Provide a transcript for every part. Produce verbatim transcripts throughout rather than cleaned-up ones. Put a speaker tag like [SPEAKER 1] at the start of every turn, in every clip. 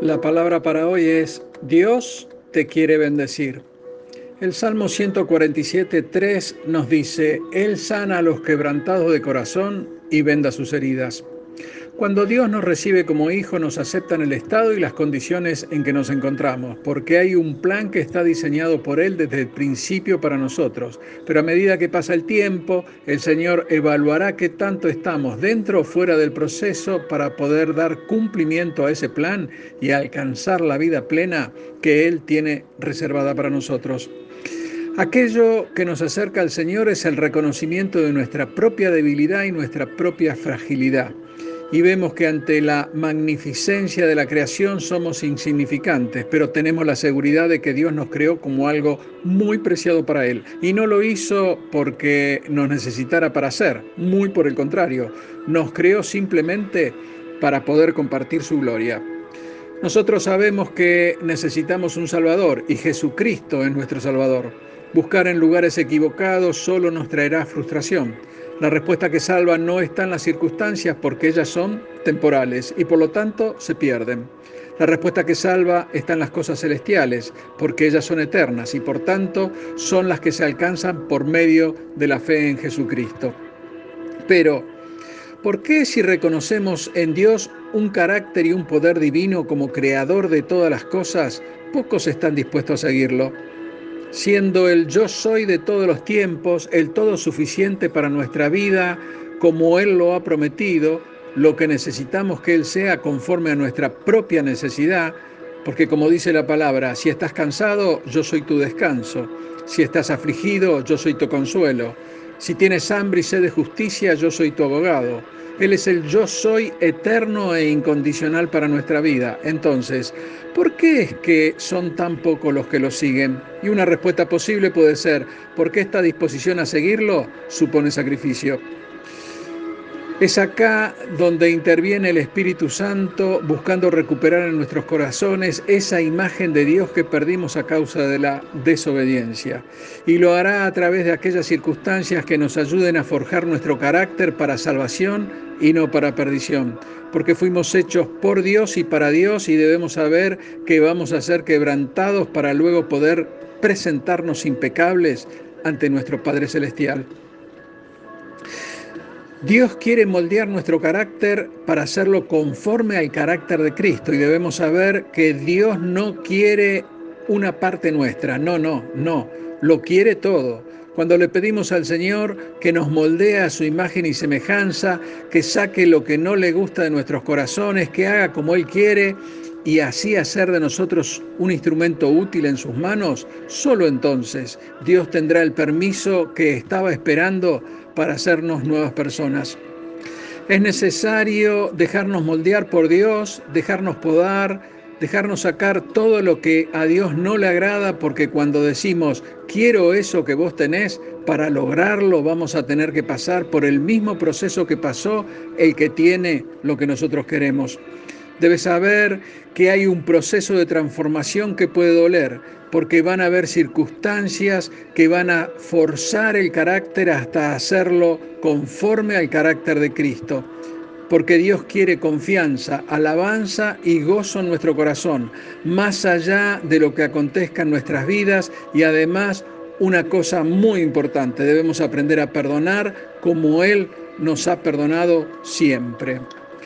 [SPEAKER 1] La palabra para hoy es: Dios te quiere bendecir. El Salmo ciento cuarenta y siete, tres nos dice: Él sana a los quebrantados de corazón y venda sus heridas. Cuando Dios nos recibe como hijo, nos acepta en el estado y las condiciones en que nos encontramos, porque hay un plan que está diseñado por Él desde el principio para nosotros. Pero a medida que pasa el tiempo, el Señor evaluará qué tanto estamos dentro o fuera del proceso para poder dar cumplimiento a ese plan y alcanzar la vida plena que Él tiene reservada para nosotros. Aquello que nos acerca al Señor es el reconocimiento de nuestra propia debilidad y nuestra propia fragilidad. Y vemos que ante la magnificencia de la creación somos insignificantes, pero tenemos la seguridad de que Dios nos creó como algo muy preciado para Él. Y no lo hizo porque nos necesitara para ser, muy por el contrario, nos creó simplemente para poder compartir su gloria. Nosotros sabemos que necesitamos un Salvador y Jesucristo es nuestro Salvador. Buscar en lugares equivocados solo nos traerá frustración. La respuesta que salva no está en las circunstancias porque ellas son temporales y por lo tanto se pierden. La respuesta que salva está en las cosas celestiales porque ellas son eternas y por tanto son las que se alcanzan por medio de la fe en Jesucristo. Pero, ¿por qué si reconocemos en Dios un carácter y un poder divino como creador de todas las cosas, pocos están dispuestos a seguirlo? Siendo el yo soy de todos los tiempos, el todo suficiente para nuestra vida, como Él lo ha prometido, lo que necesitamos que Él sea conforme a nuestra propia necesidad, porque como dice la palabra, si estás cansado, yo soy tu descanso. Si estás afligido, yo soy tu consuelo. Si tienes hambre y sed de justicia, yo soy tu abogado. Él es el yo soy eterno e incondicional para nuestra vida. Entonces, ¿por qué es que son tan pocos los que lo siguen? Y una respuesta posible puede ser, porque esta disposición a seguirlo supone sacrificio. Es acá donde interviene el Espíritu Santo buscando recuperar en nuestros corazones esa imagen de Dios que perdimos a causa de la desobediencia. Y lo hará a través de aquellas circunstancias que nos ayuden a forjar nuestro carácter para salvación y no para perdición. Porque fuimos hechos por Dios y para Dios y debemos saber que vamos a ser quebrantados para luego poder presentarnos impecables ante nuestro Padre Celestial. Dios quiere moldear nuestro carácter para hacerlo conforme al carácter de Cristo y debemos saber que Dios no quiere una parte nuestra, no, no, no, lo quiere todo. Cuando le pedimos al Señor que nos moldee a su imagen y semejanza, que saque lo que no le gusta de nuestros corazones, que haga como Él quiere y así hacer de nosotros un instrumento útil en sus manos, solo entonces Dios tendrá el permiso que estaba esperando para hacernos nuevas personas. Es necesario dejarnos moldear por Dios, dejarnos podar, dejarnos sacar todo lo que a Dios no le agrada, porque cuando decimos quiero eso que vos tenés, para lograrlo vamos a tener que pasar por el mismo proceso que pasó el que tiene lo que nosotros queremos. Debes saber que hay un proceso de transformación que puede doler, porque van a haber circunstancias que van a forzar el carácter hasta hacerlo conforme al carácter de Cristo. Porque Dios quiere confianza, alabanza y gozo en nuestro corazón, más allá de lo que acontezca en nuestras vidas y además una cosa muy importante, debemos aprender a perdonar como Él nos ha perdonado siempre.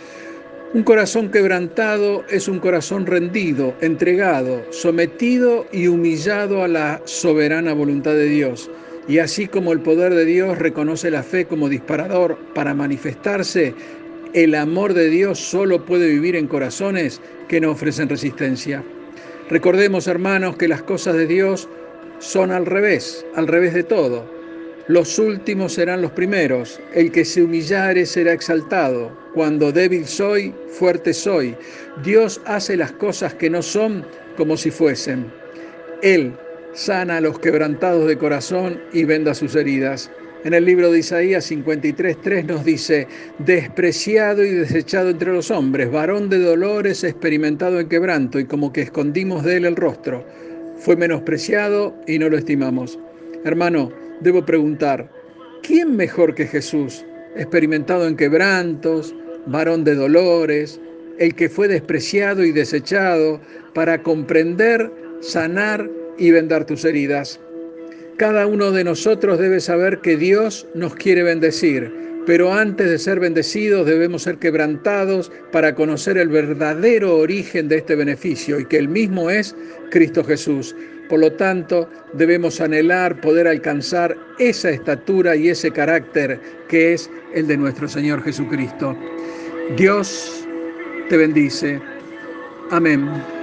[SPEAKER 1] Un corazón quebrantado es un corazón rendido, entregado, sometido y humillado a la soberana voluntad de Dios. Y así como el poder de Dios reconoce la fe como disparador para manifestarse, el amor de Dios solo puede vivir en corazones que no ofrecen resistencia. Recordemos, hermanos, que las cosas de Dios son al revés, al revés de todo. Los últimos serán los primeros, el que se humillare será exaltado. Cuando débil soy, fuerte soy. Dios hace las cosas que no son como si fuesen. Él sana a los quebrantados de corazón y venda sus heridas. En el libro de Isaías cincuenta y tres, tres nos dice: despreciado y desechado entre los hombres, varón de dolores, experimentado en quebranto, y como que escondimos de él el rostro. Fue menospreciado y no lo estimamos. Hermano, debo preguntar, ¿quién mejor que Jesús, experimentado en quebrantos, varón de dolores, el que fue despreciado y desechado, para comprender, sanar y vendar tus heridas. Cada uno de nosotros debe saber que Dios nos quiere bendecir, pero antes de ser bendecidos debemos ser quebrantados para conocer el verdadero origen de este beneficio y que el mismo es Cristo Jesús. Por lo tanto, debemos anhelar poder alcanzar esa estatura y ese carácter que es el de nuestro Señor Jesucristo. Dios te bendice. Amén.